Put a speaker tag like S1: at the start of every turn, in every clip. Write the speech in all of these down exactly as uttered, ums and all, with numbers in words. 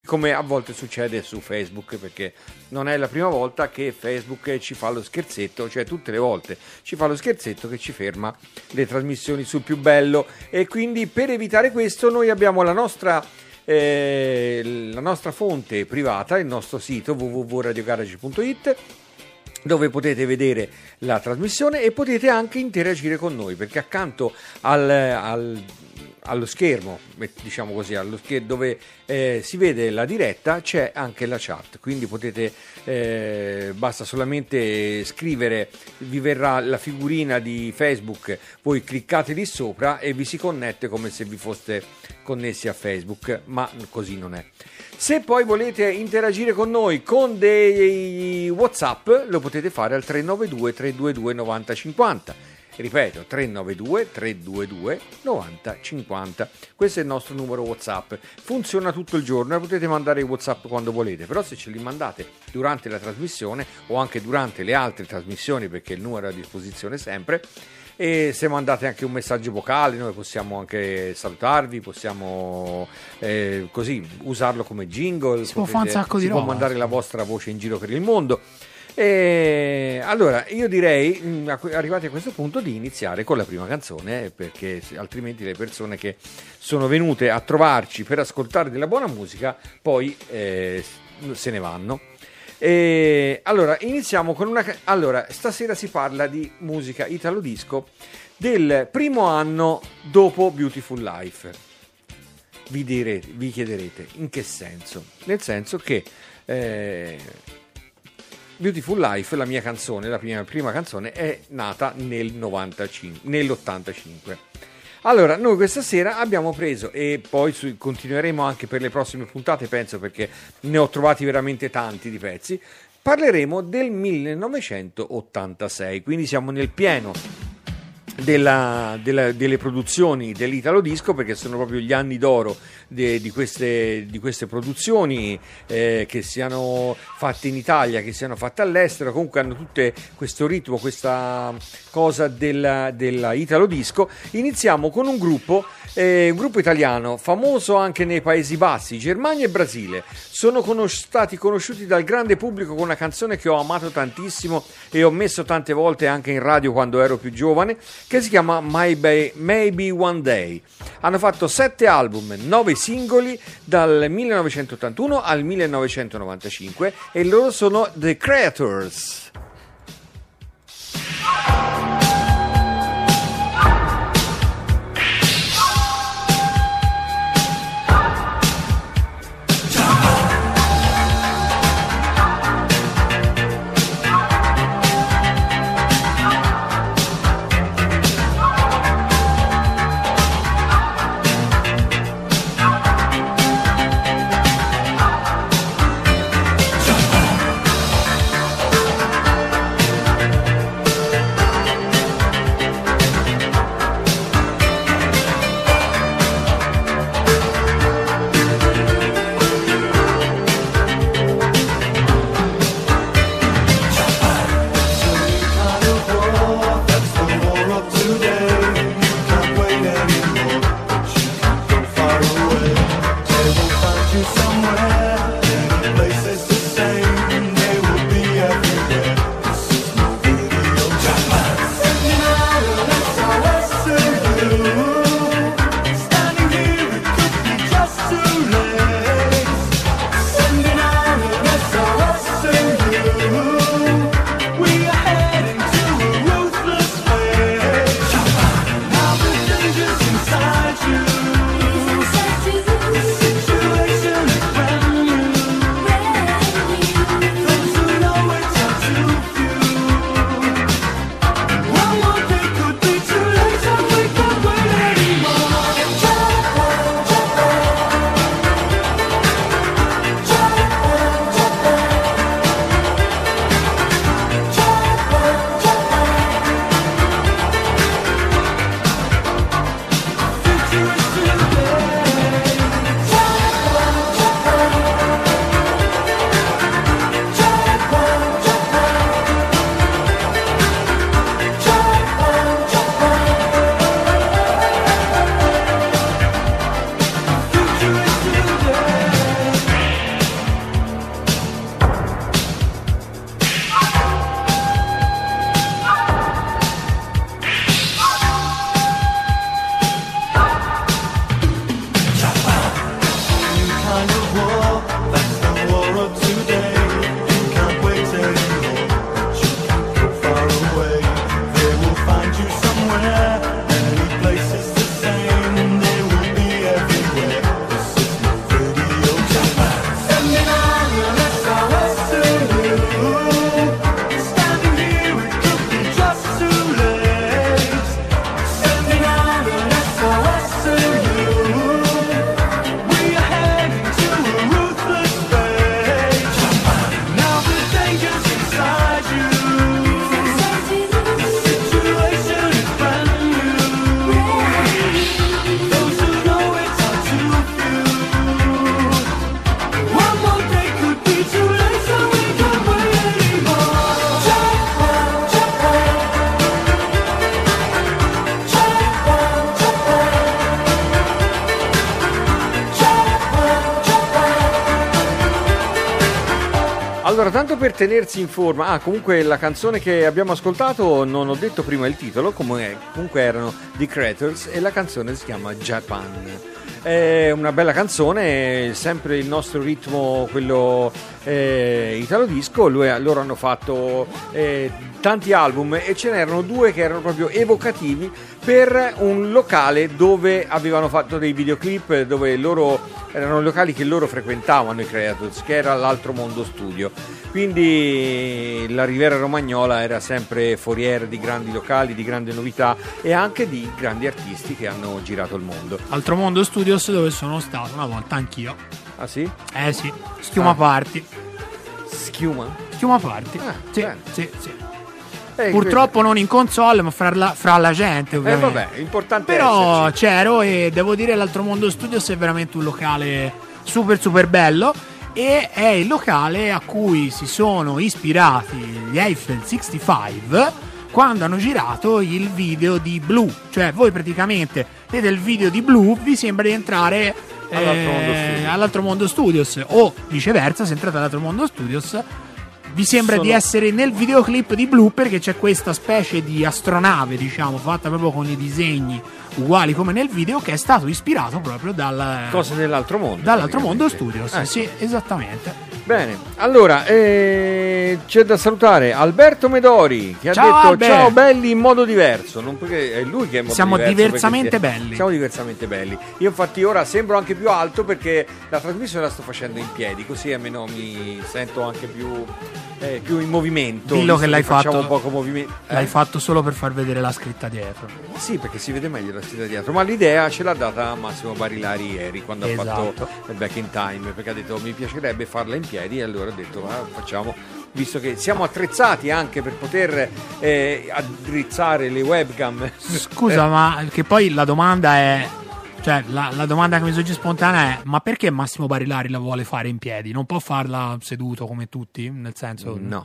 S1: come a volte succede su Facebook, perché non è la prima volta che Facebook ci fa lo scherzetto, cioè tutte le volte ci fa lo scherzetto che ci ferma le trasmissioni sul più bello, e quindi per evitare questo noi abbiamo la nostra eh, la nostra fonte privata, il nostro sito w w w punto radio garage punto i t, dove potete vedere la trasmissione e potete anche interagire con noi, perché accanto al, al allo schermo, diciamo così, allo schermo dove eh, si vede la diretta, c'è anche la chat, quindi potete eh, basta solamente scrivere, vi verrà la figurina di Facebook, voi cliccate lì sopra e vi si connette come se vi foste connessi a Facebook, ma così non è. Se poi volete interagire con noi con dei WhatsApp, lo potete fare al tre nove due tre due due nove zero cinque zero. Ripeto, tre nove due tre due due nove zero cinque zero. Questo è il nostro numero WhatsApp. Funziona tutto il giorno e potete mandare i WhatsApp quando volete, però se ce li mandate durante la trasmissione o anche durante le altre trasmissioni, perché il numero è a disposizione sempre, e se mandate anche un messaggio vocale noi possiamo anche salutarvi, possiamo eh, così usarlo come jingle,
S2: si potete, può fare un sacco di
S1: si
S2: roba,
S1: può mandare la vostra voce in giro per il mondo. E allora io direi, arrivati a questo punto, di iniziare con la prima canzone, perché altrimenti le persone che sono venute a trovarci per ascoltare della buona musica poi eh, se ne vanno. E allora iniziamo con una. Allora, stasera si parla di musica italo disco del primo anno dopo Beautiful Life. Vi direte, vi chiederete in che senso? Nel senso che eh, Beautiful Life, la mia canzone, la prima, prima canzone, è nata nel novantacinque, nell'ottantacinque. Allora, noi questa sera abbiamo preso, e poi su, continueremo anche per le prossime puntate, penso, perché ne ho trovati veramente tanti di pezzi, parleremo del millenovecentottantasei, quindi siamo nel pieno Della, della, delle produzioni dell'italo disco, perché sono proprio gli anni d'oro de, di, queste, di queste produzioni, eh, che siano fatte in Italia, che siano fatte all'estero, comunque hanno tutte questo ritmo, questa cosa della, della italo disco. Iniziamo con un gruppo eh, un gruppo italiano famoso anche nei Paesi Bassi, Germania e Brasile. Sono conos- stati conosciuti dal grande pubblico con una canzone che ho amato tantissimo e ho messo tante volte anche in radio quando ero più giovane, che si chiama Maybe, Maybe One Day. Hanno fatto sette album, nove singoli dal millenovecentottantuno al millenovecentonovantacinque e loro sono The Creators.
S3: Jump on.
S1: Allora, tanto per tenersi in forma, ah, comunque la canzone che abbiamo ascoltato, non ho detto prima il titolo, come, comunque erano The Creators e la canzone si chiama Japan. È una bella canzone, sempre il nostro ritmo, quello eh, italo disco. Lui, loro hanno fatto eh, tanti album e ce n'erano due che erano proprio evocativi per un locale dove avevano fatto dei videoclip, dove loro erano locali che loro frequentavano, i Creators, che era l'Altro Mondo Studio. Quindi la Riviera Romagnola era sempre foriera di grandi locali, di grandi novità e anche di grandi artisti che hanno girato il mondo.
S2: Altro Mondo Studios, dove sono stato una volta anch'io.
S1: Ah sì?
S2: Eh sì, Schiuma
S1: ah.
S2: Party.
S1: Schiuma?
S2: Schiuma Party.
S1: Ah,
S2: sì,
S1: bene.
S2: sì, sì.
S1: Eh,
S2: Purtroppo non in console, ma fra la, fra la gente, ovviamente.
S1: Eh vabbè, l'importante
S2: Però
S1: è esserci.
S2: c'ero e devo dire l'Altro Mondo Studios è veramente un locale super super bello e è il locale a cui si sono ispirati gli Eiffel sessantacinque quando hanno girato il video di Blue. Cioè voi praticamente vedete il video di Blue, vi sembra di entrare
S1: all'Altro,
S2: eh,
S1: Mondo Studios.
S2: all'Altro Mondo Studios o viceversa, se entrate all'Altro Mondo Studios vi sembra
S1: Sono...
S2: di essere nel videoclip di Blue, perché c'è questa specie di astronave, diciamo, fatta proprio con i disegni uguali come nel video, che è stato ispirato proprio dal
S1: Cose dell'altro mondo.
S2: Dall'Altro Mondo Studios.
S1: Ecco.
S2: Sì, esattamente.
S1: Bene, allora eh, c'è da salutare Alberto Medori che ha
S2: Ciao,
S1: detto
S2: Albe.
S1: ciao belli in modo diverso, non perché è lui che è in modo
S2: Siamo
S1: diverso,
S2: diversamente
S1: perché
S2: belli.
S1: Siamo diversamente belli. Io infatti ora sembro anche più alto perché la trasmissione la sto facendo in piedi, così almeno mi sento anche più, eh, più in movimento.
S2: Dillo che l'hai
S1: facciamo
S2: fatto,
S1: poco movimento.
S2: l'hai
S1: Eh?
S2: fatto solo per far vedere la scritta dietro.
S1: Sì, perché si vede meglio la scritta dietro, ma l'idea ce l'ha data Massimo Barilari ieri quando
S2: Esatto.
S1: ha fatto il Back in Time, perché ha detto mi piacerebbe farla in piedi e allora ho detto ah, facciamo, visto che siamo attrezzati anche per poter eh, addrizzare le webcam.
S2: Scusa, ma che poi la domanda è, cioè la, la domanda che mi sorge spontanea è: ma perché Massimo Barilari la vuole fare in piedi? Non può farla seduto come tutti? Nel senso,
S1: No,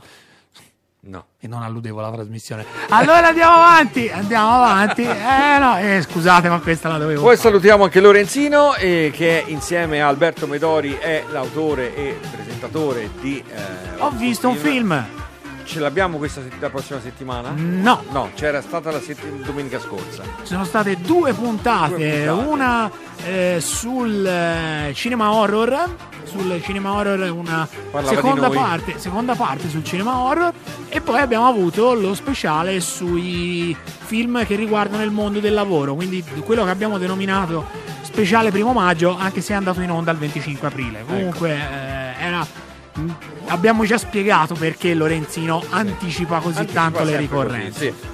S1: no.
S2: E non alludevo alla trasmissione. Allora andiamo avanti, andiamo avanti. Eh no, eh, scusate, ma questa la dovevo
S1: Poi
S2: fare.
S1: salutiamo anche Lorenzino eh, che insieme a Alberto Medori è l'autore e presentatore di eh,
S2: Ho visto un film.
S1: Ce l'abbiamo questa sett- la prossima settimana?
S2: No,
S1: No, c'era stata la sett- domenica scorsa.
S2: ci sono state due puntate,
S1: Due puntate.
S2: una eh, sul eh, cinema horror, sul cinema horror una
S1: Parlava
S2: seconda
S1: di noi.
S2: parte, seconda parte sul cinema horror, e poi abbiamo avuto lo speciale sui film che riguardano il mondo del lavoro, quindi quello che abbiamo denominato speciale primo maggio, anche se è andato in onda il venticinque aprile. Comunque eh, era abbiamo già spiegato perché Lorenzino anticipa così
S1: Anticipa
S2: tanto le
S1: sempre
S2: ricorrenze.
S1: così, sì.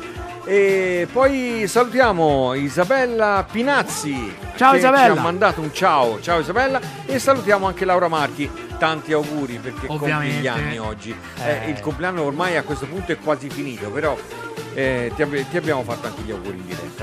S1: E poi salutiamo Isabella Pinazzi.
S2: Ciao
S1: che
S2: Isabella.
S1: ci ha mandato un ciao. Ciao Isabella. E salutiamo anche Laura Marchi. Tanti auguri perché
S2: Ovviamente.
S1: compie gli anni oggi.
S2: Eh.
S1: Eh, il compleanno ormai a questo punto è quasi finito, però eh, ti, ab- ti abbiamo fatto anche gli auguri in diretta.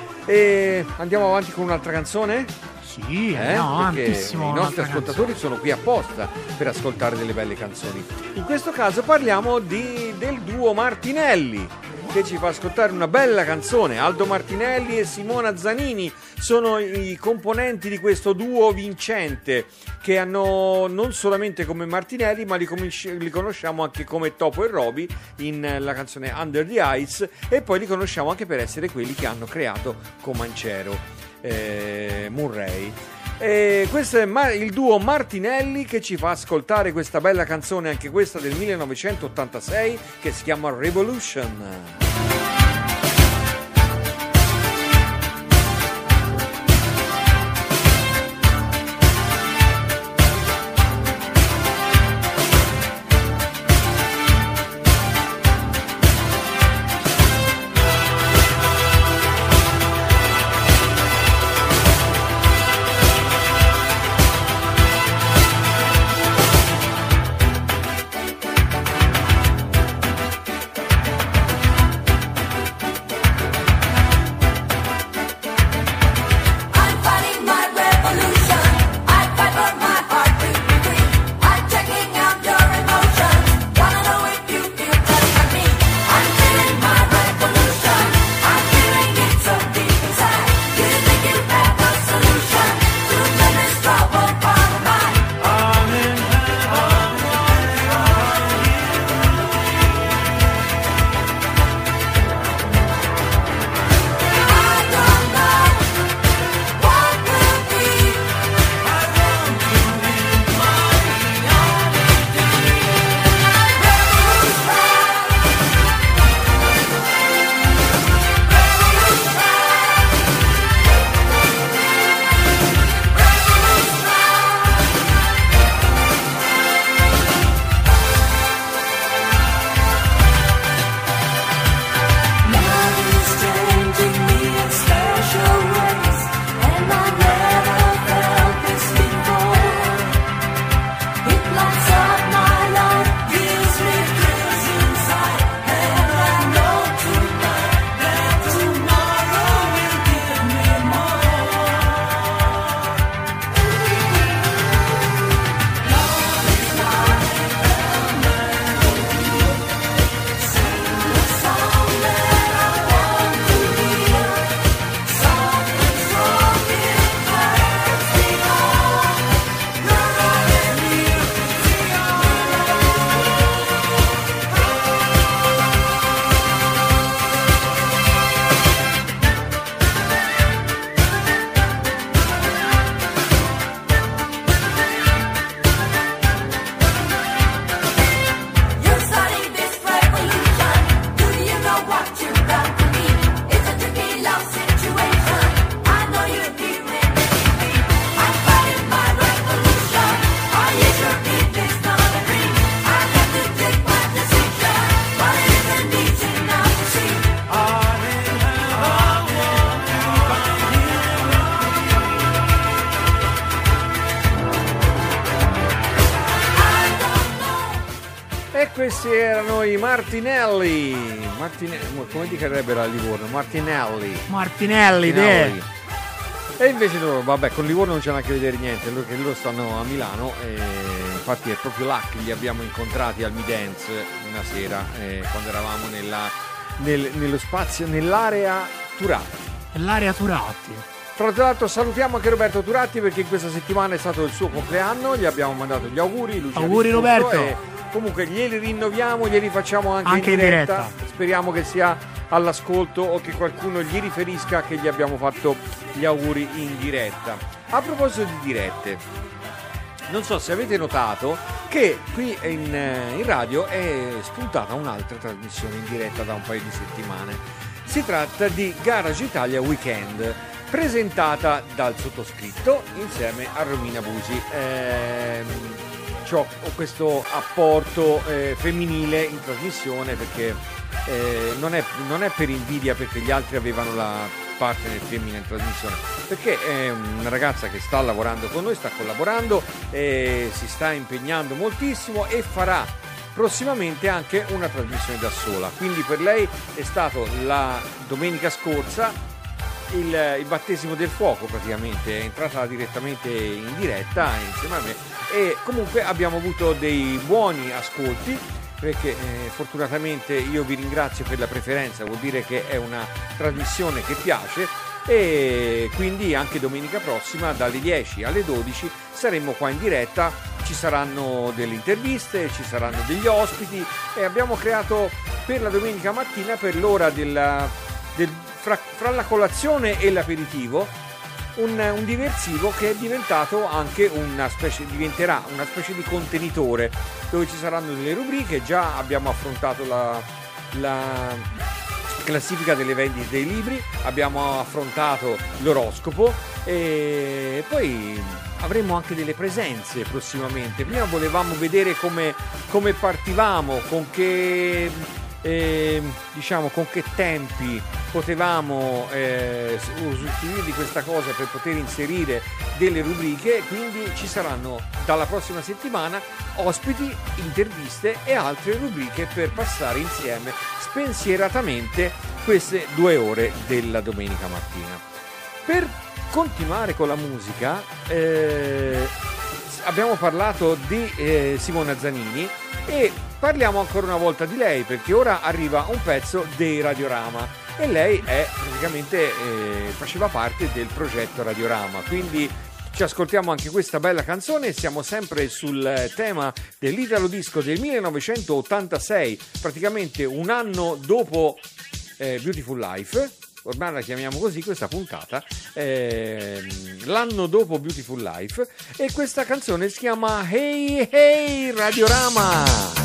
S1: E andiamo avanti con un'altra canzone?
S2: Sì,
S1: Eh,
S2: no,
S1: perché
S2: tantissimo.
S1: i nostri
S2: un'altra
S1: ascoltatori
S2: canzone.
S1: sono qui apposta per ascoltare delle belle canzoni. In questo caso parliamo di, del duo Martinelli che ci fa ascoltare una bella canzone. Aldo Martinelli e Simona Zanini sono i componenti di questo duo vincente che hanno non solamente come Martinelli, ma li, cominci- li conosciamo anche come Topo e Roby in eh, la canzone Under the Ice, e poi li conosciamo anche per essere quelli che hanno creato Comancero, eh, Murray. E questo è Ma- il duo Martinelli che ci fa ascoltare questa bella canzone, anche questa del millenovecentottantasei, che si chiama Revolution. E questi erano i Martinelli. Martinelli, come direbbero a Livorno? Martinelli.
S2: Martinelli, Martinelli.
S1: E invece loro, vabbè, con Livorno non c'è neanche a vedere niente, loro, che loro stanno a Milano, e infatti è proprio là che li abbiamo incontrati al Mi-Dance una sera, eh, quando eravamo nella, nel, nello spazio, nell'area Turatti.
S2: Nell'area Turatti.
S1: Tra l'altro salutiamo anche Roberto Turatti, perché in questa settimana è stato il suo compleanno, gli abbiamo mandato gli auguri.
S2: Auguri Roberto.
S1: E comunque glieli rinnoviamo, glieli facciamo anche,
S2: anche in, diretta. in diretta.
S1: Speriamo che sia all'ascolto o che qualcuno gli riferisca che gli abbiamo fatto gli auguri in diretta. A proposito di dirette, non so se avete notato che qui in, in radio è spuntata un'altra trasmissione in diretta da un paio di settimane. Si tratta di Garage Italia Weekend, presentata dal sottoscritto insieme a Romina Busi. Ehm, ho questo apporto eh, femminile in trasmissione perché eh, non, è, non è per invidia perché gli altri avevano la partner femmina in trasmissione, perché è una ragazza che sta lavorando con noi, sta collaborando, eh, si sta impegnando moltissimo e farà prossimamente anche una trasmissione da sola. Quindi per lei è stato la domenica scorsa Il, il battesimo del fuoco, praticamente è entrata direttamente in diretta insieme a me, e comunque abbiamo avuto dei buoni ascolti, perché eh, fortunatamente io vi ringrazio per la preferenza, vuol dire che è una trasmissione che piace, e quindi anche domenica prossima dalle dieci alle dodici saremo qua in diretta, ci saranno delle interviste, ci saranno degli ospiti, e abbiamo creato per la domenica mattina, per l'ora della, del Fra, fra la colazione e l'aperitivo, un, un diversivo che è diventato anche una specie, diventerà una specie di contenitore dove ci saranno delle rubriche. Già abbiamo affrontato la, la classifica delle vendite dei libri, abbiamo affrontato l'oroscopo, e poi avremo anche delle presenze prossimamente. Prima volevamo vedere come, come partivamo, con che eh, diciamo con che tempi potevamo eh, usufruire di questa cosa per poter inserire delle rubriche, quindi ci saranno dalla prossima settimana ospiti, interviste e altre rubriche per passare insieme spensieratamente queste due ore della domenica mattina. Per continuare con la musica, eh, abbiamo parlato di eh, Simona Zanini e parliamo ancora una volta di lei, perché ora arriva un pezzo dei Radiorama e lei è praticamente eh, faceva parte del progetto Radiorama, quindi ci ascoltiamo anche questa bella canzone. Siamo sempre sul tema dell'Italo Disco del millenovecentottantasei, praticamente un anno dopo eh, Beautiful Life, ormai la chiamiamo così questa puntata, eh, l'anno dopo Beautiful Life, e questa canzone si chiama Hey Hey Radiorama.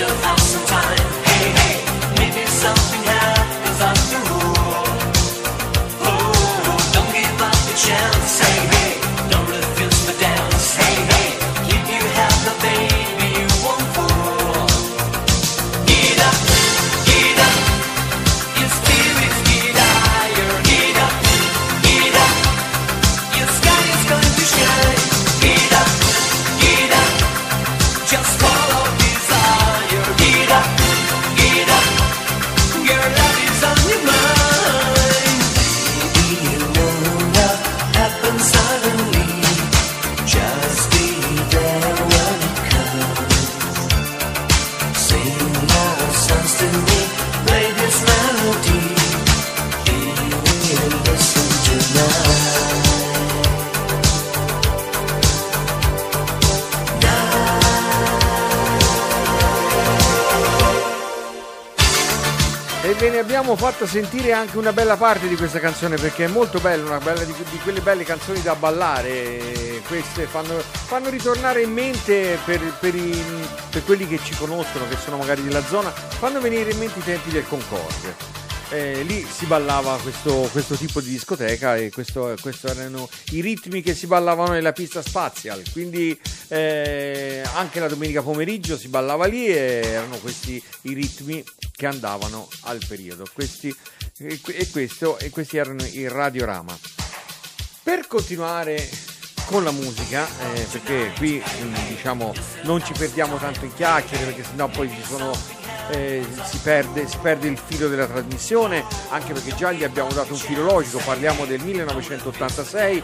S1: Ve ne abbiamo fatto sentire anche una bella parte di questa canzone, perché è molto bella, una bella di, di quelle belle canzoni da ballare. Queste fanno, fanno ritornare in mente per, per, i, per quelli che ci conoscono, che sono magari della zona, fanno venire in mente i tempi del Concorde. Eh, lì si ballava questo, questo tipo di discoteca e questo, questo erano i ritmi che si ballavano nella pista Spazial, quindi eh, anche la domenica pomeriggio si ballava lì e erano questi i ritmi che andavano al periodo, questi, e, e, questo, e questi erano il Radiorama. Per continuare con la musica, eh, perché qui diciamo non ci perdiamo tanto in chiacchiere, perché sennò poi ci sono Eh, si, perde, si perde il filo della trasmissione, anche perché già gli abbiamo dato un filo logico. Parliamo del millenovecentottantasei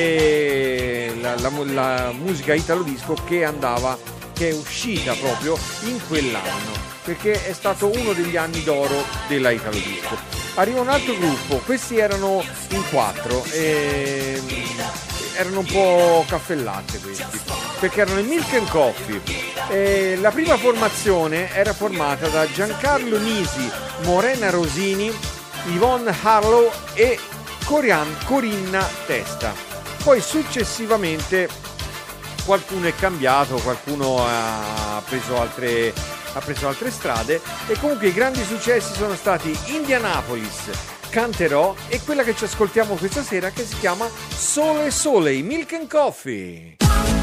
S1: e la, la, la musica italo disco che andava, che è uscita proprio in quell'anno, perché è stato uno degli anni d'oro della italo disco. Arriva un altro gruppo, questi erano in quattro e erano un po' caffè e latte questi, perché erano i Milk and Coffee. E la prima formazione era formata da Giancarlo Nisi, Morena Rosini, Yvonne Harlow e Corian, Corinna Testa. Poi successivamente qualcuno è cambiato, qualcuno ha preso altre, ha preso altre strade, e comunque i grandi successi sono stati Indianapolis, Canterò e quella che ci ascoltiamo questa sera, che si chiama Sole Sole, i Milk and Coffee.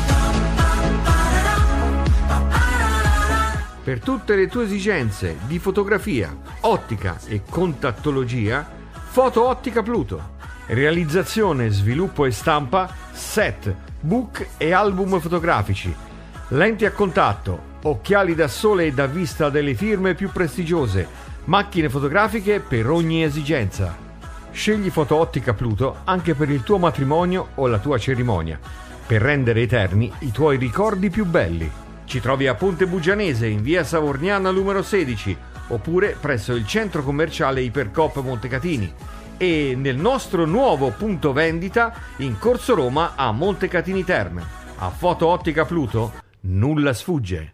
S1: Per tutte le tue esigenze di fotografia, ottica e contattologia, Foto Ottica Pluto. Realizzazione, sviluppo e stampa, set, book e album fotografici. Lenti a contatto, occhiali da sole e da vista delle firme più prestigiose, macchine fotografiche per ogni esigenza. Scegli Foto Ottica Pluto anche per il tuo matrimonio o la tua cerimonia, per rendere eterni i tuoi ricordi più belli. Ci trovi a Ponte Bugianese in via Savorniana numero sedici, oppure presso il centro commerciale Ipercoop Montecatini, e nel nostro nuovo punto vendita in Corso Roma a Montecatini Terme. A Foto Ottica Pluto nulla sfugge.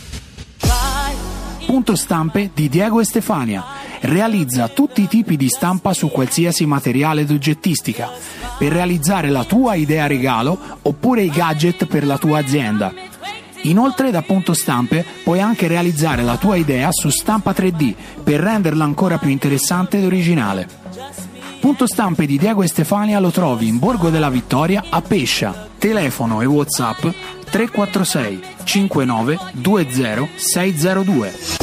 S3: Punto Stampe di Diego e Stefania. Realizza tutti i tipi di stampa su qualsiasi materiale d'oggettistica per realizzare la tua idea regalo oppure i gadget per la tua azienda. Inoltre da Punto Stampe puoi anche realizzare la tua idea su stampa tre D per renderla ancora più interessante ed originale. Punto Stampe di Diego e Stefania lo trovi in Borgo della Vittoria a Pescia. Telefono e WhatsApp tre quattro sei cinque nove due zero sei zero due.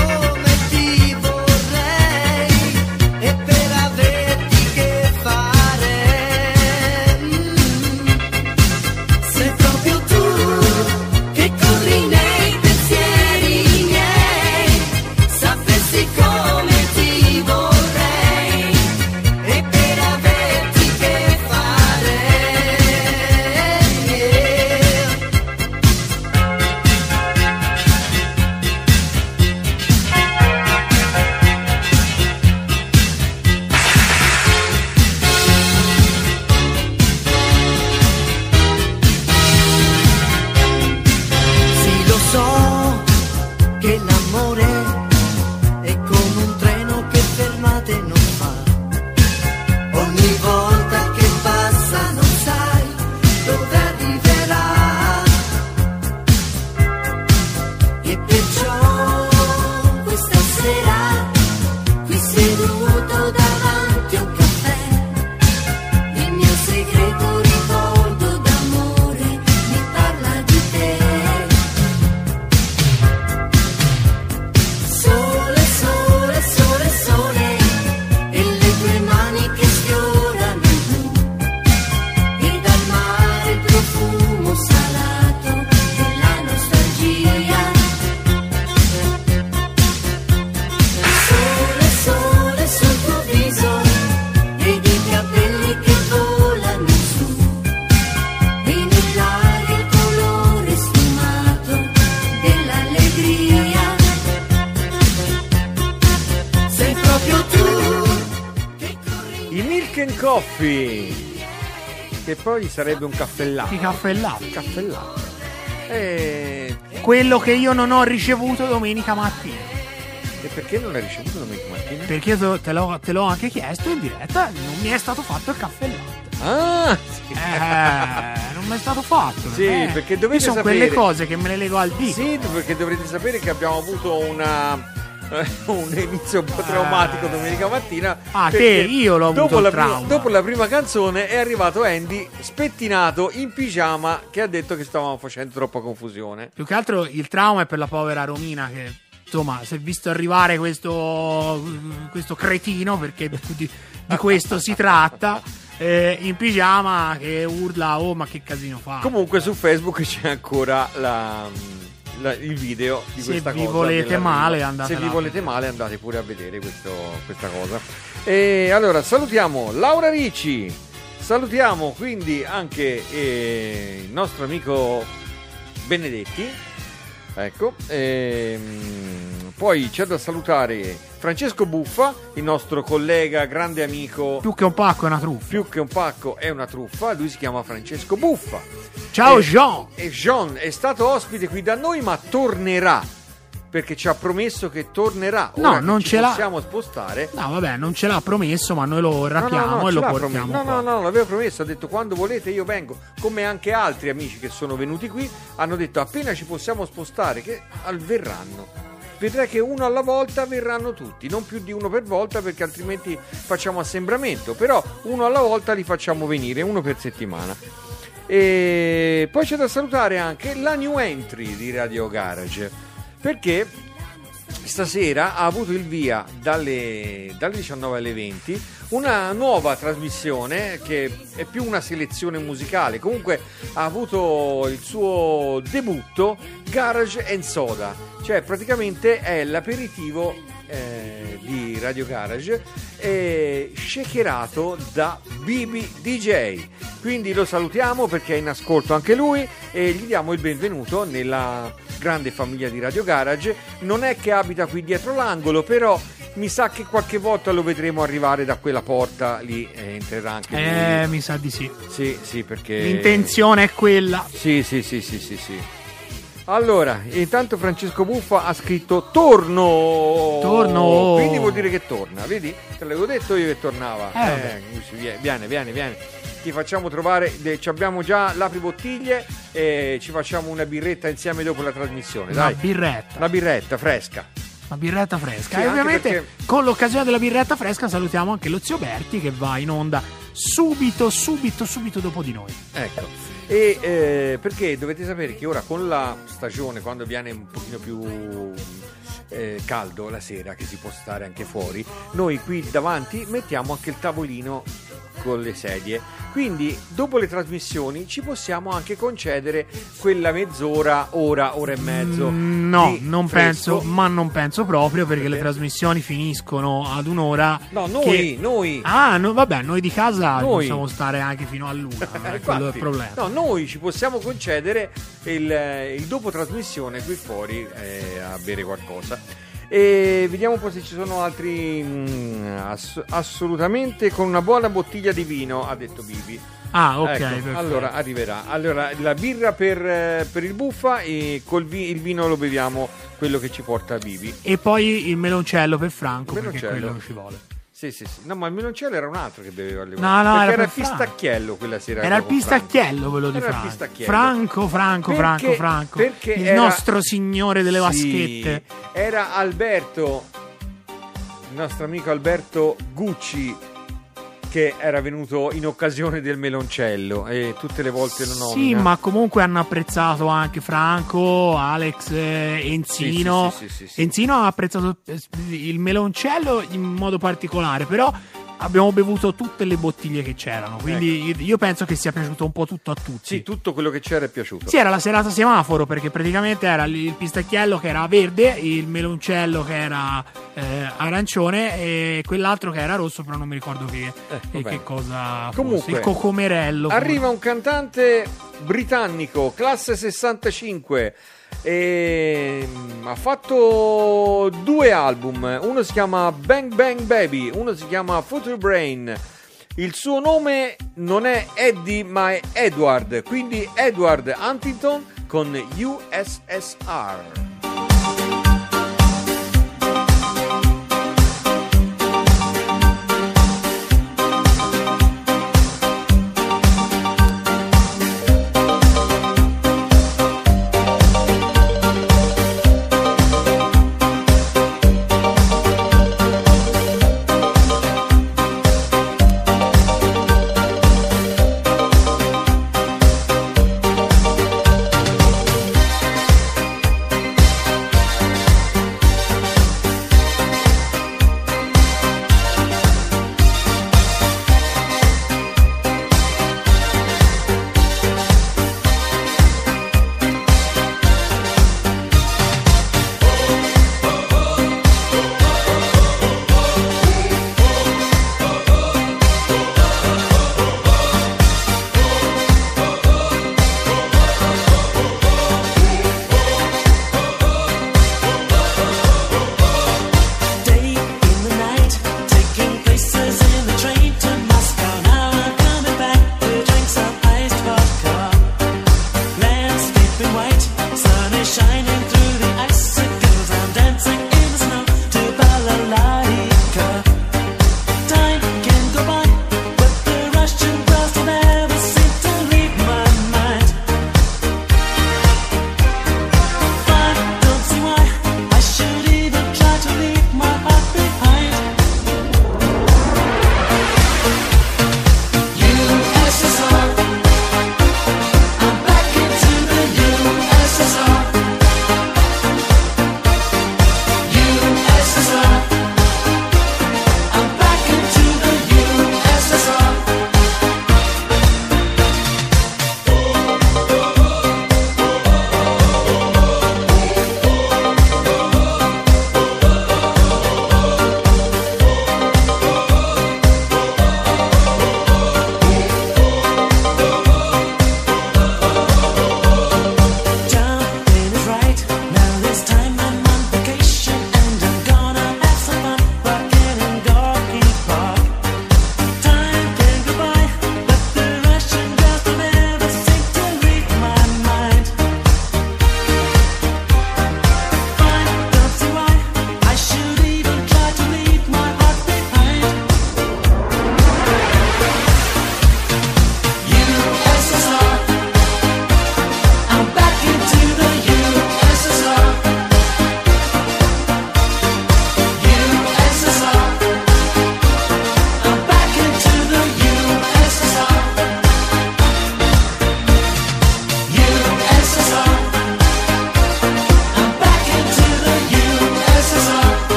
S4: come ti vorrei, e per averti che fare. Mm. Sei proprio tu che corri nei pensieri miei, sapessi come ti vorrei, e per averti che fare. Sì, lo so che l'amore è come un treno che fermate non fa. Ogni volta che passa non sai dove arriverà. E perciò questa sera, qui seduto davanti a un caffè, il mio segreto ricordo d'amore mi parla di te. Sole, sole, sole, sole, e le tue mani che sfiorano il blu, e dal mare il profumo salato della nostalgia. Sole, sole sul tuo viso, ed i capelli che volano su, e nell'aria il colore sfumato dell'allegria. Sei proprio tu che corri.
S1: Il Milk and Coffee, che poi sarebbe un caffè latte.
S2: Di caffè e latte.
S1: Caffè latte. E...
S2: Quello che io non ho ricevuto domenica mattina.
S1: e perché non l'hai ricevuto domenica mattina?
S2: Perché te te l'ho, te l'ho anche chiesto in diretta, non mi è stato fatto il caffè e latte.
S1: Ah, sì.
S2: Eh, non mi è stato fatto.
S1: Sì,
S2: eh.
S1: perché dovete
S2: Io sono
S1: sapere-
S2: quelle cose che me le lego al dito.
S1: Sì, perché dovrete sapere che abbiamo avuto una un inizio un po' traumatico domenica mattina.
S2: Ah, te,
S1: perché
S2: io l'ho avuto
S1: dopo
S2: il
S1: la prima,
S2: trauma.
S1: dopo la prima canzone è arrivato Andy spettinato in pigiama che ha detto che stavamo facendo troppa confusione.
S2: Più che altro il trauma è per la povera Romina che, insomma, si è visto arrivare questo, questo cretino, perché di, di questo si tratta, eh, in pigiama che urla, oh ma che casino fa.
S1: Comunque su Facebook c'è ancora la, la- il video di
S2: Se
S1: questa
S2: vi
S1: cosa.
S2: volete
S1: dell'arrivo.
S2: male, andate
S1: Se vi
S2: là.
S1: volete male andate pure a vedere questo- questa cosa. E allora salutiamo Laura Ricci, salutiamo quindi anche eh, il nostro amico Benedetti. Ecco, ehm, poi c'è da salutare Francesco Buffa, il nostro collega, grande amico.
S2: Più che un pacco è una truffa.
S1: Più che un pacco è una truffa, lui si chiama Francesco Buffa.
S2: Ciao
S1: E-
S2: Jean.
S1: E Jean è stato ospite qui da noi, ma tornerà, perché ci ha promesso che tornerà.
S2: No,
S1: Ora che
S2: non
S1: ci
S2: ce l'ha-
S1: possiamo spostare.
S2: No, vabbè, non ce l'ha promesso, ma noi lo rapiamo
S1: No, no, no,
S2: e
S1: ce
S2: lo
S1: l'ha
S2: portiamo
S1: promesso.
S2: qua.
S1: No, no, no, l'aveva promesso, ha detto quando volete io vengo, come anche altri amici che sono venuti qui hanno detto appena ci possiamo spostare che al- verranno. Vedrai che uno alla volta verranno tutti, non più di uno per volta perché altrimenti facciamo assembramento, però uno alla volta li facciamo venire, uno per settimana. E poi c'è da salutare anche la new entry di Radio Garage, perché stasera ha avuto il via dalle, dalle diciannove alle venti una nuova trasmissione che è più una selezione musicale. Comunque ha avuto il suo debutto Garage and Soda, cioè praticamente è l'aperitivo eh, di Radio Garage, eh, shakerato da Bibi D J. Quindi lo salutiamo perché è in ascolto anche lui e gli diamo il benvenuto nella grande famiglia di Radio Garage. Non è che abita qui dietro l'angolo, però mi sa che qualche volta lo vedremo arrivare da quella porta lì e entrerà anche lui.
S2: Eh, mi sa di sì.
S1: Sì, sì, perché
S2: L'intenzione è quella.
S1: Sì, sì, sì, sì, sì, sì. Allora, intanto Francesco Buffa ha scritto torno.
S2: Torno.
S1: Quindi vuol dire che torna, vedi? Te l'avevo detto io che tornava.
S2: Eh, vabbè.
S1: lui si vie- viene, viene, viene. Ti facciamo trovare, de- ci abbiamo già l'apri bottiglie e ci facciamo una birretta insieme dopo la trasmissione,
S2: Una
S1: dai.
S2: birretta.
S1: Una birretta fresca.
S2: Una birretta fresca.
S1: Sì,
S2: e
S1: anche
S2: ovviamente
S1: perché-
S2: con l'occasione della birretta fresca salutiamo anche lo zio Berti che va in onda subito, subito, subito dopo di noi.
S1: Ecco. E eh, perché dovete sapere che ora con la stagione, quando viene un pochino più eh, caldo la sera, che si può stare anche fuori, noi qui davanti mettiamo anche il tavolino con le sedie, quindi dopo le trasmissioni ci possiamo anche concedere quella mezz'ora, ora, ora e mezzo.
S2: Mm, no,
S1: di
S2: non
S1: fresco.
S2: penso, ma non penso proprio, perché
S1: Perché?
S2: le trasmissioni finiscono ad un'ora.
S1: No, noi,
S2: che-
S1: noi.
S2: Ah, no, vabbè, noi di casa
S1: Noi.
S2: possiamo stare anche fino all'una, non è
S1: Infatti,
S2: quello il problema.
S1: no, noi ci possiamo concedere il, il dopo trasmissione qui fuori eh, a bere qualcosa. E vediamo un po' se ci sono altri. mm, ass- assolutamente con una buona bottiglia di vino, ha detto Bibi.
S2: Ah, ok,
S1: Ecco,
S2: perfetto.
S1: allora arriverà. Allora la birra per, eh, per il buffa, e col vi- il vino lo beviamo quello che ci porta Bibi.
S2: E poi il meloncello per Franco,
S1: Il
S2: perché è
S1: meloncello.
S2: quello che ci vuole.
S1: Sì, sì, sì. No, ma il meloncello era un altro che beveva alle
S2: No, no,
S1: perché
S2: era
S1: era il
S2: per Franco.
S1: pistacchiello quella sera.
S2: Era il
S1: con Franco.
S2: pistacchiello quello di
S1: Era il
S2: Franco.
S1: pistacchiello.
S2: Franco, Franco,
S1: Perché-
S2: Franco, Franco.
S1: perché
S2: il
S1: era-
S2: nostro signore delle
S1: Sì,
S2: vaschette.
S1: era Alberto, il nostro amico Alberto Gucci, che era venuto in occasione del meloncello e tutte le volte lo nomina.
S2: Sì, ma comunque hanno apprezzato anche Franco, Alex, eh, Enzino.
S1: Sì, sì, sì, sì, sì, sì.
S2: Enzino ha apprezzato eh, il meloncello in modo particolare, però abbiamo bevuto tutte le bottiglie che c'erano, quindi io penso che sia piaciuto un po' tutto a tutti.
S1: Sì, tutto quello che c'era è piaciuto.
S2: Sì, era la serata semaforo, perché praticamente era il pistacchiello che era verde, il meloncello che era eh, arancione e quell'altro che era rosso, però non mi ricordo che,
S1: Eh,
S2: che,
S1: vabbè.
S2: che cosa fosse.
S1: Comunque,
S2: Il cocomerello.
S1: Arriva un cantante britannico, classe sessantacinque, e mm, ha fatto due album. Uno si chiama Bang Bang Baby, uno si chiama Future Brain. Il suo nome non è Eddie ma è Edward, quindi Edward Huntington con U S S R.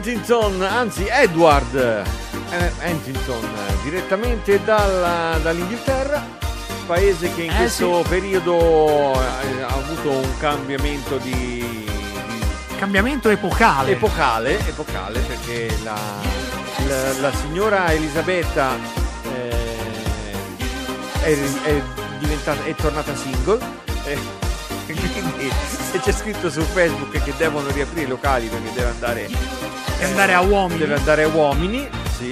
S1: Huntington, anzi Edward eh, Huntington, direttamente dalla- dall'Inghilterra, paese che in
S2: Eh,
S1: questo periodo eh, ha avuto un cambiamento di, di
S2: Cambiamento epocale.
S1: epocale, epocale perché la, la- la signora Elisabetta eh, è, è diventata, è tornata single. eh, quindi se c'è scritto su Facebook che devono riaprire i locali perché deve andare
S2: E andare a uomini.
S1: deve andare a uomini, sì.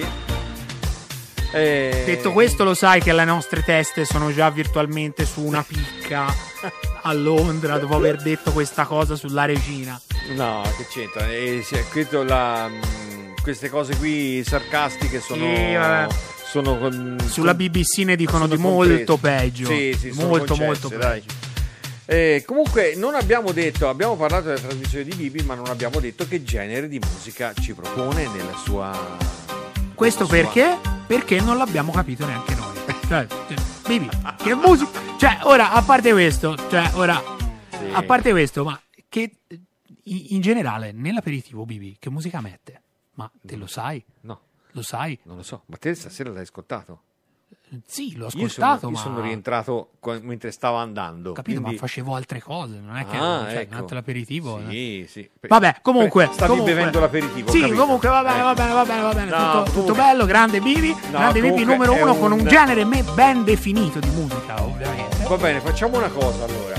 S1: Eh,
S2: Detto questo, lo sai che le nostre teste sono già virtualmente su una picca a Londra dopo aver detto questa cosa sulla regina.
S1: no, che c'entra? Eh, si è scritto la, mh, queste cose qui sarcastiche sono
S2: Sì, vabbè.
S1: sono con-
S2: Sulla
S1: con-
S2: B B C ne dicono
S1: sono
S2: di molto
S1: comprese.
S2: peggio.
S1: Sì, sì, sono
S2: molto,
S1: concesse,
S2: molto
S1: dai.
S2: peggio.
S1: Eh, comunque non abbiamo detto, abbiamo parlato della trasmissione di Bibi, ma non abbiamo detto che genere di musica ci propone nella sua.
S2: Questo
S1: nella sua-
S2: perché? Perché non l'abbiamo capito neanche noi. Cioè, cioè, Bibi, che musica. Cioè, ora, a parte questo, cioè, ora,
S1: Sì.
S2: a parte questo, ma che in, in generale, nell'aperitivo, Bibi, che musica mette? Ma te lo sai?
S1: No,
S2: Lo sai?
S1: non lo so. Ma te stasera l'hai ascoltato?
S2: Sì, l'ho
S1: Io
S2: ascoltato,
S1: sono, io
S2: ma...
S1: sono rientrato qua- mentre stavo andando.
S2: Capito,
S1: quindi-
S2: ma facevo altre cose, non è che
S1: Ah,
S2: cioè,
S1: ecco.
S2: durante l'aperitivo. eh.
S1: Sì, sì.
S2: Vabbè, comunque.
S1: Stavi
S2: comunque-
S1: bevendo l'aperitivo. ho
S2: Sì,
S1: capito.
S2: comunque va bene,
S1: Eh.
S2: va bene, va bene, va bene.
S1: No,
S2: tutto, tutto
S1: comunque-
S2: bello, grande Bibi.
S1: No,
S2: grande Bibi
S1: comunque
S2: numero
S1: è
S2: uno con un
S1: un-
S2: genere me ben definito di musica, ovviamente.
S1: Va bene, facciamo una cosa allora.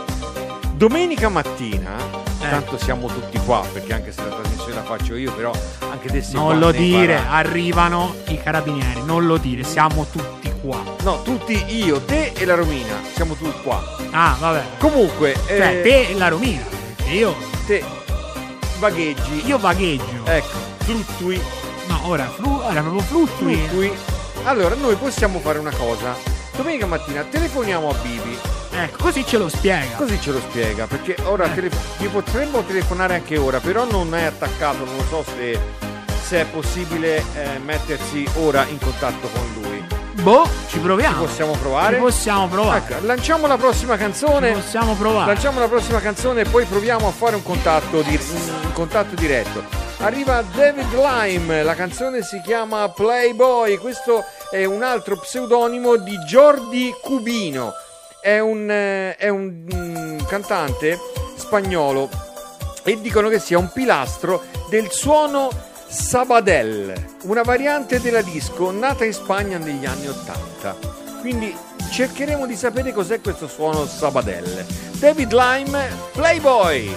S1: Domenica mattina,
S2: Eh.
S1: tanto siamo tutti qua, perché anche se la trasmissione la faccio io, però anche te sei
S2: Non
S1: qua,
S2: lo
S1: ne
S2: dire,
S1: farà-
S2: arrivano i carabinieri, non lo dire, siamo tutti qua.
S1: No, tutti io, te e la Romina, siamo tutti qua.
S2: Ah, vabbè.
S1: Comunque,
S2: Cioè,
S1: eh,
S2: te e la Romina. E io,
S1: te vagheggi,
S2: io vagheggio.
S1: ecco, fluttui,
S2: No, ora, flu, ora proprio fluttui.
S1: fluttui. Allora, noi possiamo fare una cosa. Domenica mattina telefoniamo a Bibi,
S2: Ecco, così ce lo spiega.
S1: così ce lo spiega, perché ora
S2: Eh.
S1: telefo- gli potremmo telefonare anche ora, però non è attaccato, non lo so se, se è possibile eh, mettersi ora in contatto con lui.
S2: Boh, ci
S1: Ci
S2: proviamo.
S1: possiamo provare?
S2: Ci possiamo provare.
S1: Ecco, lanciamo la prossima
S2: Ci
S1: canzone.
S2: possiamo provare.
S1: Lanciamo la prossima canzone e poi proviamo a fare un contatto, di- un contatto diretto. Arriva David Lime, la canzone si chiama Playboy, questo è un altro pseudonimo di Jordi Cubino, è un, eh, è un mm, cantante spagnolo e dicono che sia un pilastro del suono Sabadell, una variante della disco nata in Spagna negli anni ottanta. Quindi cercheremo di sapere cos'è questo suono Sabadell. David Lime, Playboy.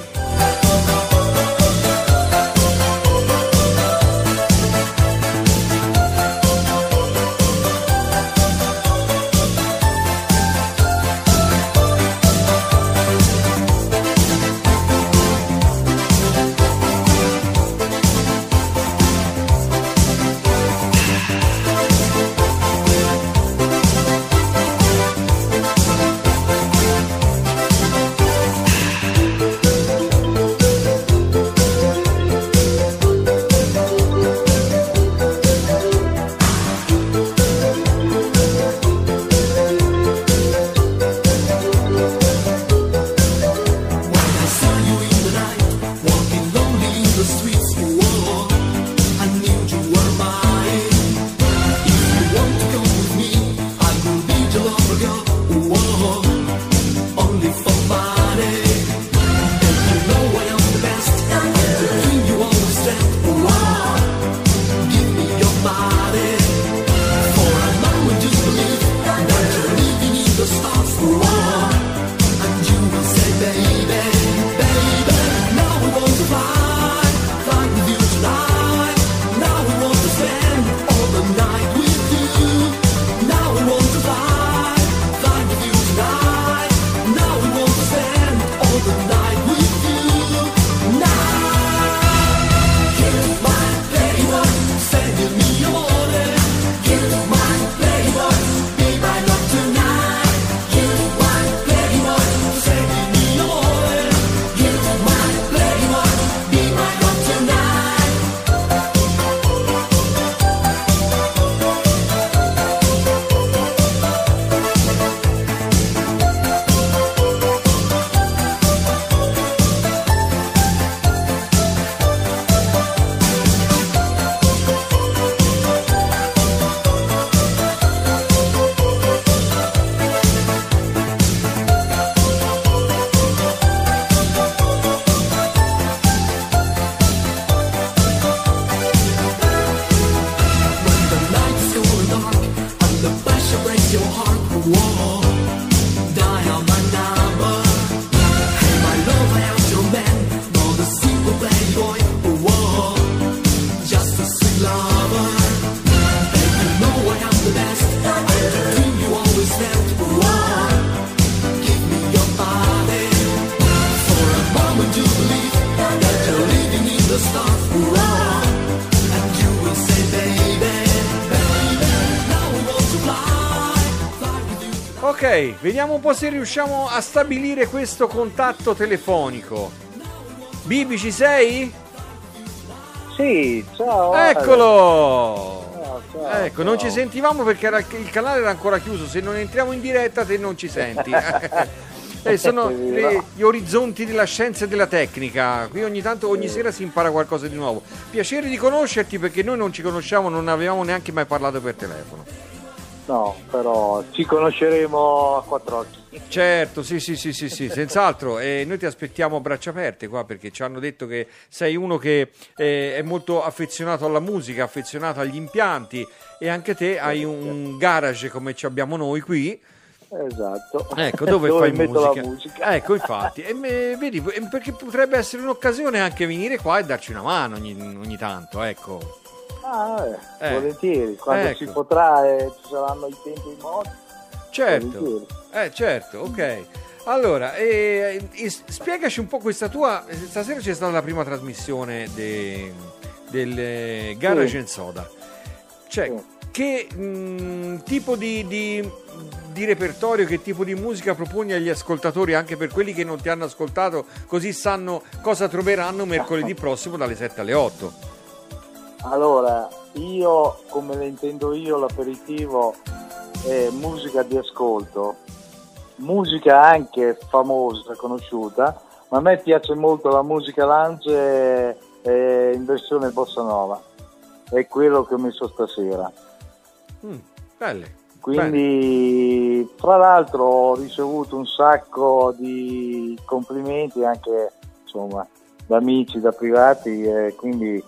S4: Whoa, dial my number. Hey, my love, I am your man, not a super playboy. Whoa, just a sweet lover. And you know I am the best. I'm the dream you always felt. Whoa, give me your body. For a moment you believe that you're living in the stars. Whoa, and you will say, baby, baby, now we want to fly, fly with you.
S1: Ok, vediamo un po' se riusciamo a stabilire questo contatto telefonico. Bibi, ci sei?
S5: Sì, ciao.
S1: Eccolo!
S5: Ciao, ciao,
S1: Ecco, non ci
S5: ciao.
S1: sentivamo perché era- il canale era ancora chiuso. Se non entriamo in diretta te non ci senti. Eh, sono le- gli orizzonti della scienza e della tecnica. Qui ogni tanto, ogni sera si impara qualcosa di nuovo. Piacere di conoscerti perché noi non ci conosciamo, non avevamo neanche mai parlato per telefono.
S5: No, però ci conosceremo a quattro occhi.
S1: Certo, sì, sì, sì, sì, sì, senz'altro. E noi ti aspettiamo a braccia aperte qua perché ci hanno detto che sei uno che eh, è molto affezionato alla musica, affezionato agli impianti e anche te hai un garage come ci abbiamo noi qui.
S5: Esatto.
S1: Ecco, dove, fai
S5: metto
S1: musica.
S5: la musica.
S1: Ecco, infatti. E me- vedi, e perché potrebbe essere un'occasione anche venire qua e darci una mano ogni, ogni tanto, ecco.
S5: Ah, eh,
S1: Eh,
S5: volentieri, quando
S1: ecco.
S5: si potrà e ci saranno i tempi e i modi.
S1: Certo,
S5: Volentieri.
S1: eh, certo, ok. Allora, eh, eh, spiegaci un po' questa tua. Stasera c'è stata la prima trasmissione de- del eh, Garage
S5: Sì.
S1: and Soda. Cioè,
S5: Sì.
S1: che mh, tipo di, di- di repertorio, che tipo di musica proponi agli ascoltatori, anche per quelli che non ti hanno ascoltato, così sanno cosa troveranno mercoledì prossimo dalle sette alle otto.
S5: Allora, io, come le intendo io, l'aperitivo è musica di ascolto, musica anche famosa, conosciuta, ma a me piace molto la musica lounge eh, in versione bossa nova, è quello che ho messo stasera.
S1: Mm, belle.
S5: Quindi, fra l'altro, ho ricevuto un sacco di complimenti anche, insomma, da amici, da privati, e quindi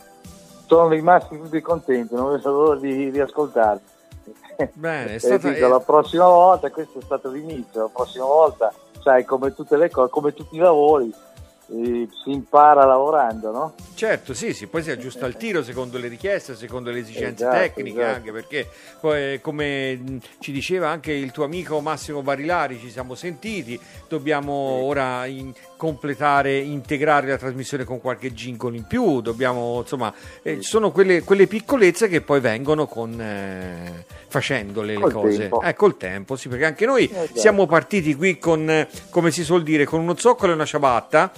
S5: sono rimasti tutti contenti, non vedo l'ora di, di ascoltarli.
S1: Bene, è
S5: E
S1: stata-
S5: dico,
S1: è-
S5: la prossima volta, questo è stato l'inizio, la prossima volta, sai, come tutte le cose, come tutti i lavori, eh, si impara lavorando, no?
S1: Certo, sì, sì, poi si aggiusta il tiro secondo le richieste, secondo le esigenze
S5: Esatto,
S1: tecniche,
S5: esatto.
S1: anche perché poi, come mh, ci diceva anche il tuo amico Massimo Barilari, ci siamo sentiti, dobbiamo ora in- completare, integrare la trasmissione con qualche jingle in più, dobbiamo, insomma, eh, ci sono quelle, quelle piccolezze che poi vengono con eh, facendole le
S5: Col
S1: cose.
S5: tempo.
S1: Eh, col tempo, sì, perché anche noi
S5: Esatto.
S1: siamo partiti qui con, eh, come si suol dire, con uno zoccolo e una ciabatta.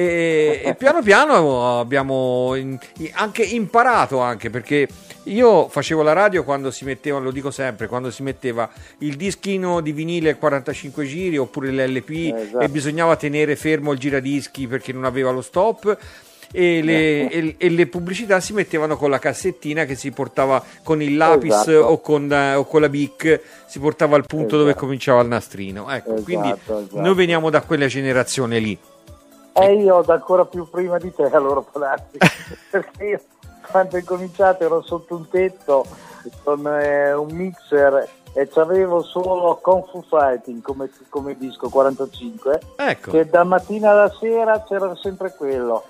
S1: E, e piano piano abbiamo in- anche imparato, anche perché io facevo la radio quando si metteva, lo dico sempre, quando si metteva il dischino di vinile a quarantacinque giri oppure l'L P
S5: Esatto.
S1: e bisognava tenere fermo il giradischi perché non aveva lo stop. E le, e- e le pubblicità si mettevano con la cassettina che si portava con il lapis
S5: Esatto.
S1: o, con, eh, o con la bic, si portava al punto dove
S5: Esatto.
S1: cominciava il nastrino. Ecco,
S5: Esatto,
S1: quindi
S5: esatto.
S1: noi veniamo da quella generazione lì.
S5: E io da ancora più prima di te, allora può darsi, perché io quando ho incominciato ero sotto un tetto con eh, un mixer e c'avevo solo Kung Fu Fighting come, come disco quarantacinque,
S1: Ecco.
S5: che da mattina alla sera c'era sempre quello.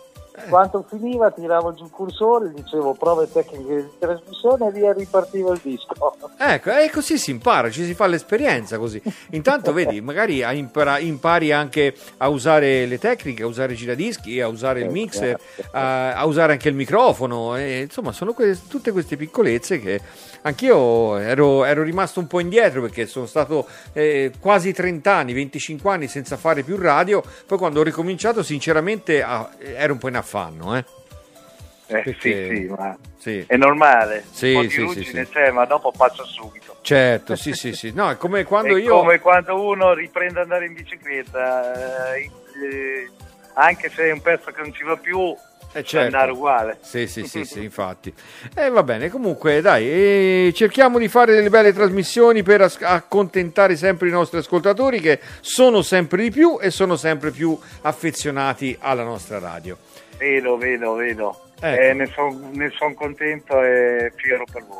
S5: Quando finiva tiravo giù il cursore, dicevo prove tecniche di trasmissione e via ripartiva il disco.
S1: Ecco, e così si impara, ci si fa l'esperienza così. Intanto vedi, magari a impara- impari anche a usare le tecniche, a usare i giradischi, a usare il mixer, a, a usare anche il microfono. E, insomma, sono que- tutte queste piccolezze che anch'io ero, ero rimasto un po' indietro perché sono stato eh, quasi trenta anni, venticinque anni senza fare più radio. Poi quando ho ricominciato, sinceramente, ah, ero un po' in affanno, eh.
S6: Eh,
S1: Perché-
S6: sì, sì, ma
S1: Sì.
S6: è normale.
S1: Sì,
S6: un po' di
S1: sì, sì,
S6: ruggine
S1: sì.
S6: c'è, ma dopo passa subito.
S1: Certo, sì, sì, sì. No, è come quando
S6: è
S1: io...
S6: come quando uno riprende ad andare in bicicletta, eh, eh, anche se è un pezzo che non ci va più,
S1: Eh,
S6: può
S1: certo.
S6: andare uguale.
S1: Sì, sì, sì, sì, infatti. E va bene, comunque dai, eh, cerchiamo di fare delle belle trasmissioni per as- accontentare sempre i nostri ascoltatori che sono sempre di più e sono sempre più affezionati alla nostra radio.
S6: Vedo, vedo, vedo.
S1: Ecco.
S6: Eh, ne sono ne son contento e fiero per voi.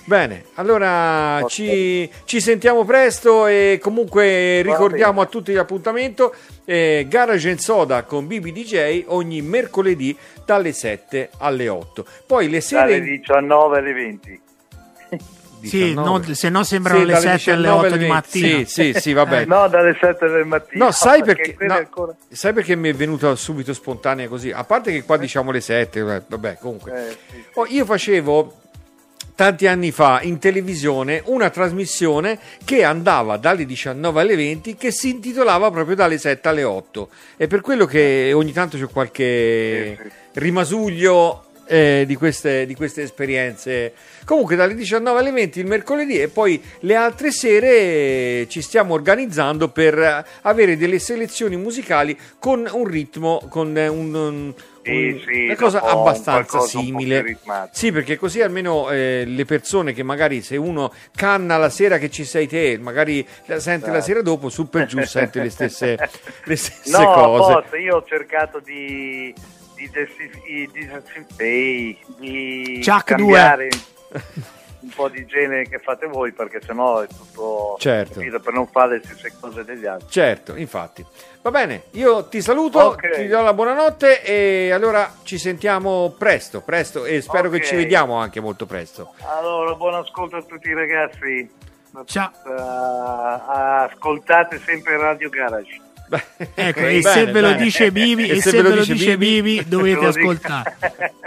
S1: Bene, allora okay. ci, ci sentiamo presto e comunque ricordiamo a tutti l'appuntamento eh, Garage and Soda con B B D J ogni mercoledì dalle sette alle otto. Poi le sere
S6: dalle diciannove alle venti.
S2: Sì, no, se no sembrano sì, le sette alle otto di mattina.
S1: Sì, sì, sì, vabbè.
S6: No, dalle sette del mattino.
S1: No, sai perché,
S6: perché
S1: no,
S6: ancora...
S1: sai perché mi è venuta subito spontanea così? A parte che qua diciamo le sette, vabbè, comunque.
S6: Eh, sì, sì.
S1: Oh, io facevo tanti anni fa in televisione una trasmissione che andava dalle diciannove alle venti che si intitolava proprio dalle sette alle otto. E per quello che ogni tanto c'è qualche
S6: sì, sì.
S1: rimasuglio eh, di, queste, di queste esperienze. Comunque dalle diciannove alle venti il mercoledì e poi le altre sere ci stiamo organizzando per avere delle selezioni musicali con un ritmo, con un... un
S6: Sì, sì,
S1: una cosa abbastanza
S6: un
S1: simile, sì, perché così almeno eh, le persone che magari se uno canna la sera che ci sei te, magari la sente la sera dopo, su per giù sente le stesse, le stesse
S6: no,
S1: cose.
S6: Apposta, io ho cercato di di, di, di, di, di cambiare un po' di genere che fate voi, perché sennò è tutto
S1: certo.
S6: per non fare le stesse cose degli altri.
S1: Certo, infatti. Va bene, io ti saluto,
S6: okay.
S1: ti do la buonanotte e allora ci sentiamo presto, presto e spero okay. che ci vediamo anche molto presto.
S6: Allora, buon ascolto a tutti i ragazzi.
S2: Ciao.
S6: Uh, ascoltate sempre Radio Garage.
S2: Ecco, e bene, se ve lo bene. dice Bibi, e, e se, se ve lo dice, dice Bibi, dovete ascoltare.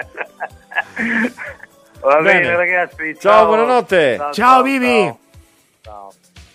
S6: Va bene, bene ragazzi, ciao.
S1: Ciao, buonanotte.
S2: Ciao, ciao, ciao Bibi.
S6: Ciao. Ciao.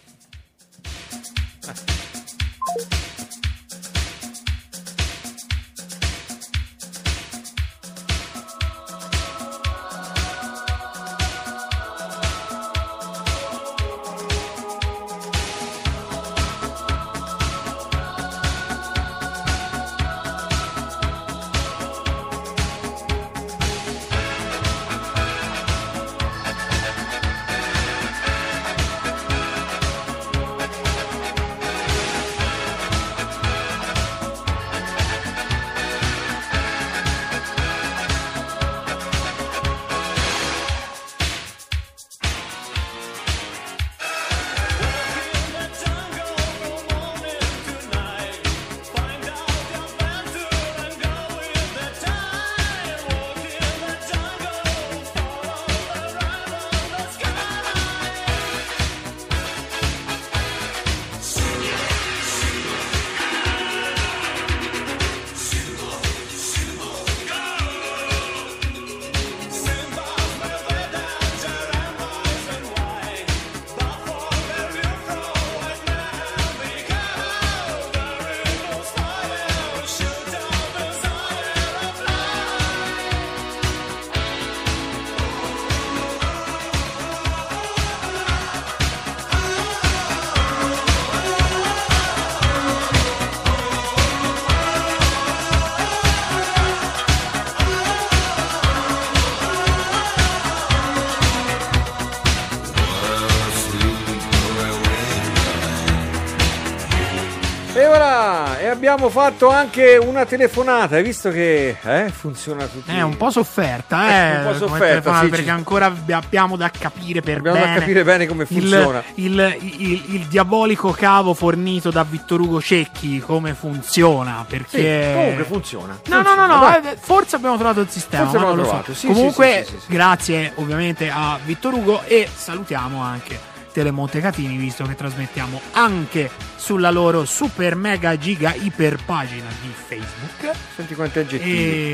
S1: Abbiamo fatto anche una telefonata, hai visto che eh, funziona tutto.
S2: È un po' sofferta, eh,
S1: un po' sofferta sì,
S2: perché
S1: ci...
S2: ancora abbiamo da capire per
S1: abbiamo
S2: bene.
S1: da capire bene come funziona.
S2: Il, il, il, il diabolico cavo fornito da Vittor Ugo Cecchi, come funziona? Perché
S1: sì, comunque funziona.
S2: No,
S1: funziona,
S2: no, no, no, eh, forse abbiamo trovato il sistema.
S1: Forse
S2: ma non lo
S1: trovato.
S2: so.
S1: Sì,
S2: comunque,
S1: sì, sì, sì, sì.
S2: grazie ovviamente a Vittor Ugo e salutiamo anche Telemonte Catini, visto che trasmettiamo anche sulla loro super mega giga iper pagina di Facebook.
S1: Senti quanti aggettivi.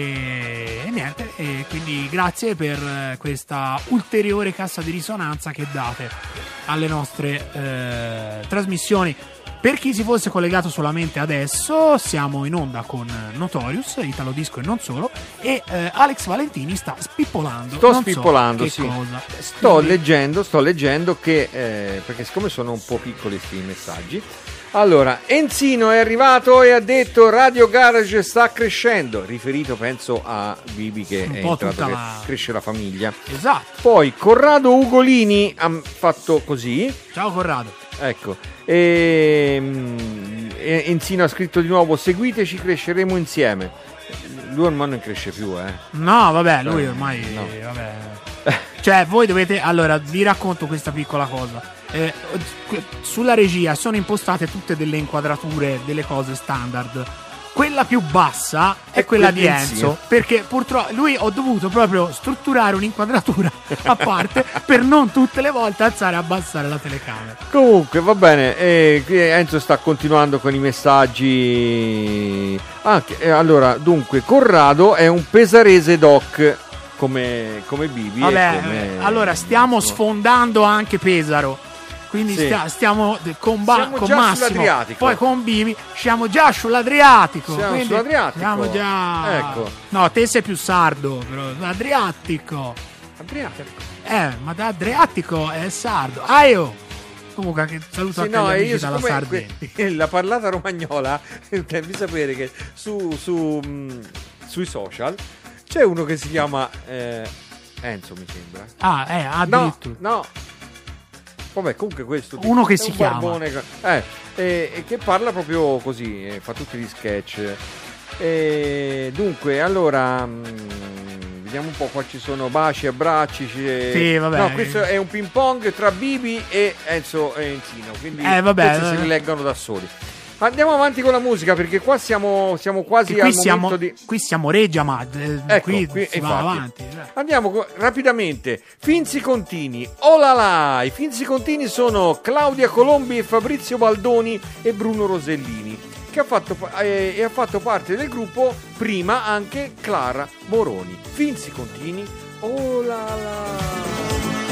S2: E, e niente, e quindi grazie per questa ulteriore cassa di risonanza che date alle nostre eh, trasmissioni. Per chi si fosse collegato solamente adesso, siamo in onda con Notorious, Italo Disco e non solo, e eh, Alex Valentini sta spippolando.
S1: Sto
S2: non
S1: spippolando,
S2: so
S1: sì.
S2: Cosa.
S1: Sto
S2: Quindi...
S1: leggendo, sto leggendo che, eh, perché siccome sono un po' piccoli questi messaggi, allora, Enzino è arrivato e ha detto Radio Garage sta crescendo, riferito penso a Bibi che
S2: un
S1: è
S2: po'
S1: entrato,
S2: tutta
S1: che
S2: la...
S1: cresce la famiglia.
S2: Esatto.
S1: Poi Corrado Ugolini ha fatto così.
S2: Ciao Corrado.
S1: Ecco, e, e Enzino ha scritto di nuovo: seguiteci, cresceremo insieme. Lui ormai non cresce più, eh.
S2: No, vabbè, lui ormai
S1: no.
S2: vabbè. Cioè, voi dovete. Allora, vi racconto questa piccola cosa. Eh, sulla regia sono impostate tutte delle inquadrature, delle cose standard. Quella più bassa è, è quella di Enzo, perché purtroppo lui ho dovuto proprio strutturare un'inquadratura a parte per non tutte le volte alzare e abbassare la telecamera.
S1: Comunque va bene, eh, Enzo sta continuando con i messaggi. Ah, che, eh, allora, dunque, Corrado è un pesarese doc come, come Bibi.
S2: Vabbè,
S1: come,
S2: allora stiamo insomma. sfondando anche Pesaro. Quindi sì. stia, stiamo con, ba-
S1: siamo
S2: con
S1: già
S2: Massimo, poi con Bibi, siamo già sull'Adriatico.
S1: Siamo sull'Adriatico.
S2: Siamo già.
S1: Ecco.
S2: No, te sei più sardo, però. Adriatico.
S1: Adriatico.
S2: Eh, ma da Adriatico è sardo. Ah, io. Comunque, che saluto
S1: sì,
S2: anche
S1: no,
S2: gli amici
S1: io
S2: dalla Sardegna.
S1: La parlata romagnola, devi sapere che su, su mh, sui social c'è uno che si chiama eh, Enzo, mi sembra.
S2: Ah, eh, addirittura.
S1: No, no. Vabbè, comunque questo
S2: uno che
S1: un
S2: si chiama
S1: eh, e, e che parla proprio così, eh, fa tutti gli sketch. E dunque, allora mh, vediamo un po', qua ci sono baci, abbracci. C-
S2: sì, vabbè.
S1: No, questo è un ping pong tra Bibi e Enzo e Enzino, quindi
S2: eh, vabbè,
S1: questi vabbè. si rileggono da soli. Andiamo avanti con la musica perché qua siamo, siamo quasi
S2: qui
S1: al
S2: siamo,
S1: momento di...
S2: Qui siamo Reggia, ma
S1: ecco,
S2: qui,
S1: qui
S2: si va avanti.
S1: Andiamo co- rapidamente. Finzi Contini, oh là là! I Finzi Contini sono Claudia Colombi e Fabrizio Baldoni e Bruno Rosellini, che ha fatto, eh, e ha fatto parte del gruppo prima anche Clara Moroni. Finzi Contini, oh là là!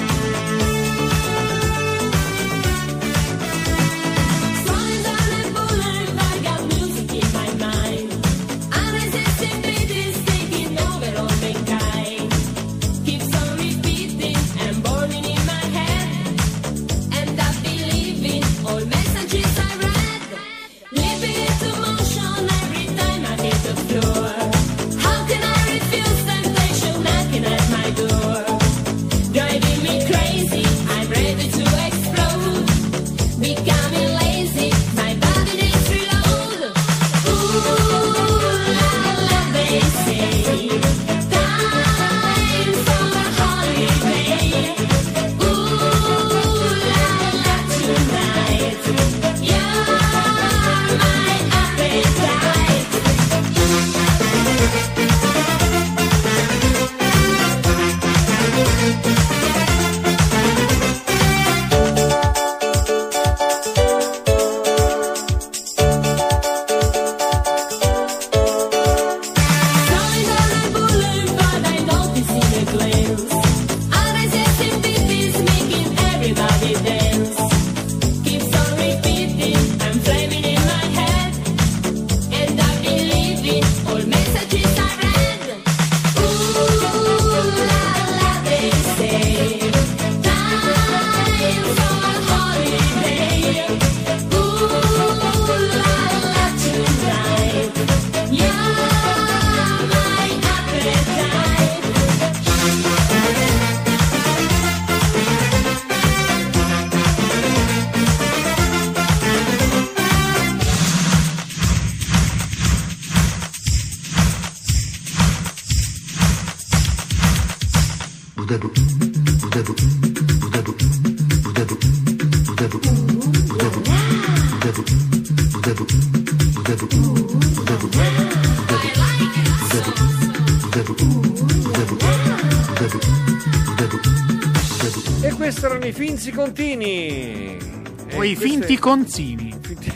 S1: E questi erano i Finzi Contini.
S2: O i finti conzini.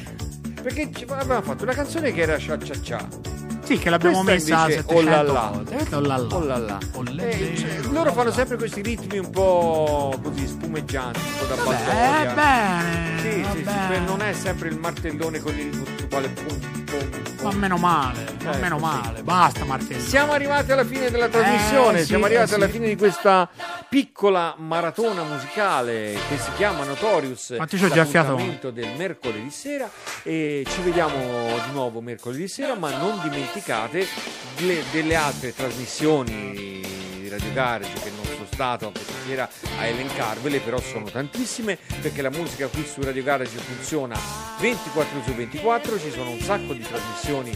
S1: Perché avevamo fatto una canzone che era Cia Cia Cia.
S2: Sì, che l'abbiamo
S1: questa
S2: messa a settecento volte.
S1: Oh là là. Oh là là. Eh, cioè, loro fanno sempre questi ritmi un po' così spumeggianti, un po' da baldoria.
S2: Eh, bene.
S1: Sì, sì, sì, non è sempre il martellone con il quale pum, pum, pum.
S2: Ma meno male, ma
S1: eh,
S2: meno
S1: così.
S2: male. Basta martellone.
S1: Siamo arrivati alla fine della trasmissione,
S2: eh, sì,
S1: siamo arrivati
S2: eh,
S1: alla
S2: sì.
S1: fine di questa piccola maratona musicale che si chiama Notorious.
S2: Ma ti c'ho già fiato.
S1: L'appuntamento del mercoledì sera, e ci vediamo di nuovo mercoledì sera, ma non dimenticate le, delle altre trasmissioni di Radio Garage che non sono stato anche stasera a elencarvele, però sono tantissime, perché la musica qui su Radio Garage funziona ventiquattro su ventiquattro, ci sono un sacco di trasmissioni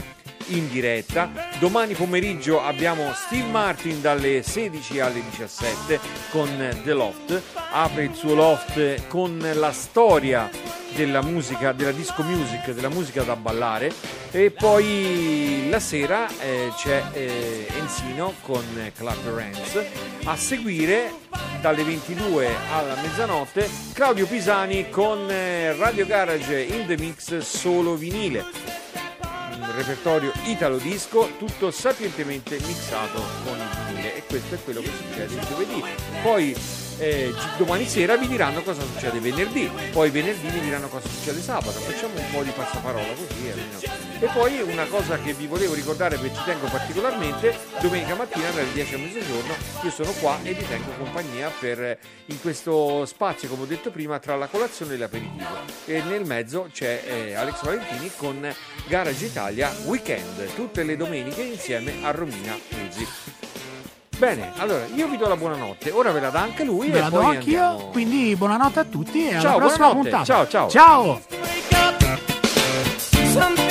S1: in diretta. Domani pomeriggio abbiamo Steve Martin dalle sedici alle diciassette con The Loft. Apre il suo loft con la storia della musica, della disco music, della musica da ballare, e poi la sera eh, c'è eh, Enzino con Clap Your Hands. A seguire dalle ventidue alla mezzanotte Claudio Pisani con eh, Radio Garage in the Mix solo vinile, un repertorio italo disco tutto sapientemente mixato con il vinile, e questo è quello che succede il giovedì. Poi Eh, domani sera vi diranno cosa succede venerdì, poi venerdì vi diranno cosa succede sabato. Facciamo un po' di passaparola così almeno. E poi una cosa che vi volevo ricordare, perché ci tengo particolarmente: domenica mattina dalle dieci a mezzogiorno io sono qua e vi tengo compagnia per in questo spazio, come ho detto prima, tra la colazione e l'aperitivo, e nel mezzo c'è eh, Alex Valentini con Garage Italia Weekend, tutte le domeniche insieme a Romina Music. Bene, allora io vi do la buonanotte, ora ve la dà anche lui.
S2: Ve
S1: e
S2: la do
S1: poi
S2: anch'io,
S1: andiamo...
S2: quindi buonanotte a tutti e
S1: ciao,
S2: alla prossima
S1: buonanotte.
S2: puntata.
S1: Ciao, ciao.
S2: Ciao.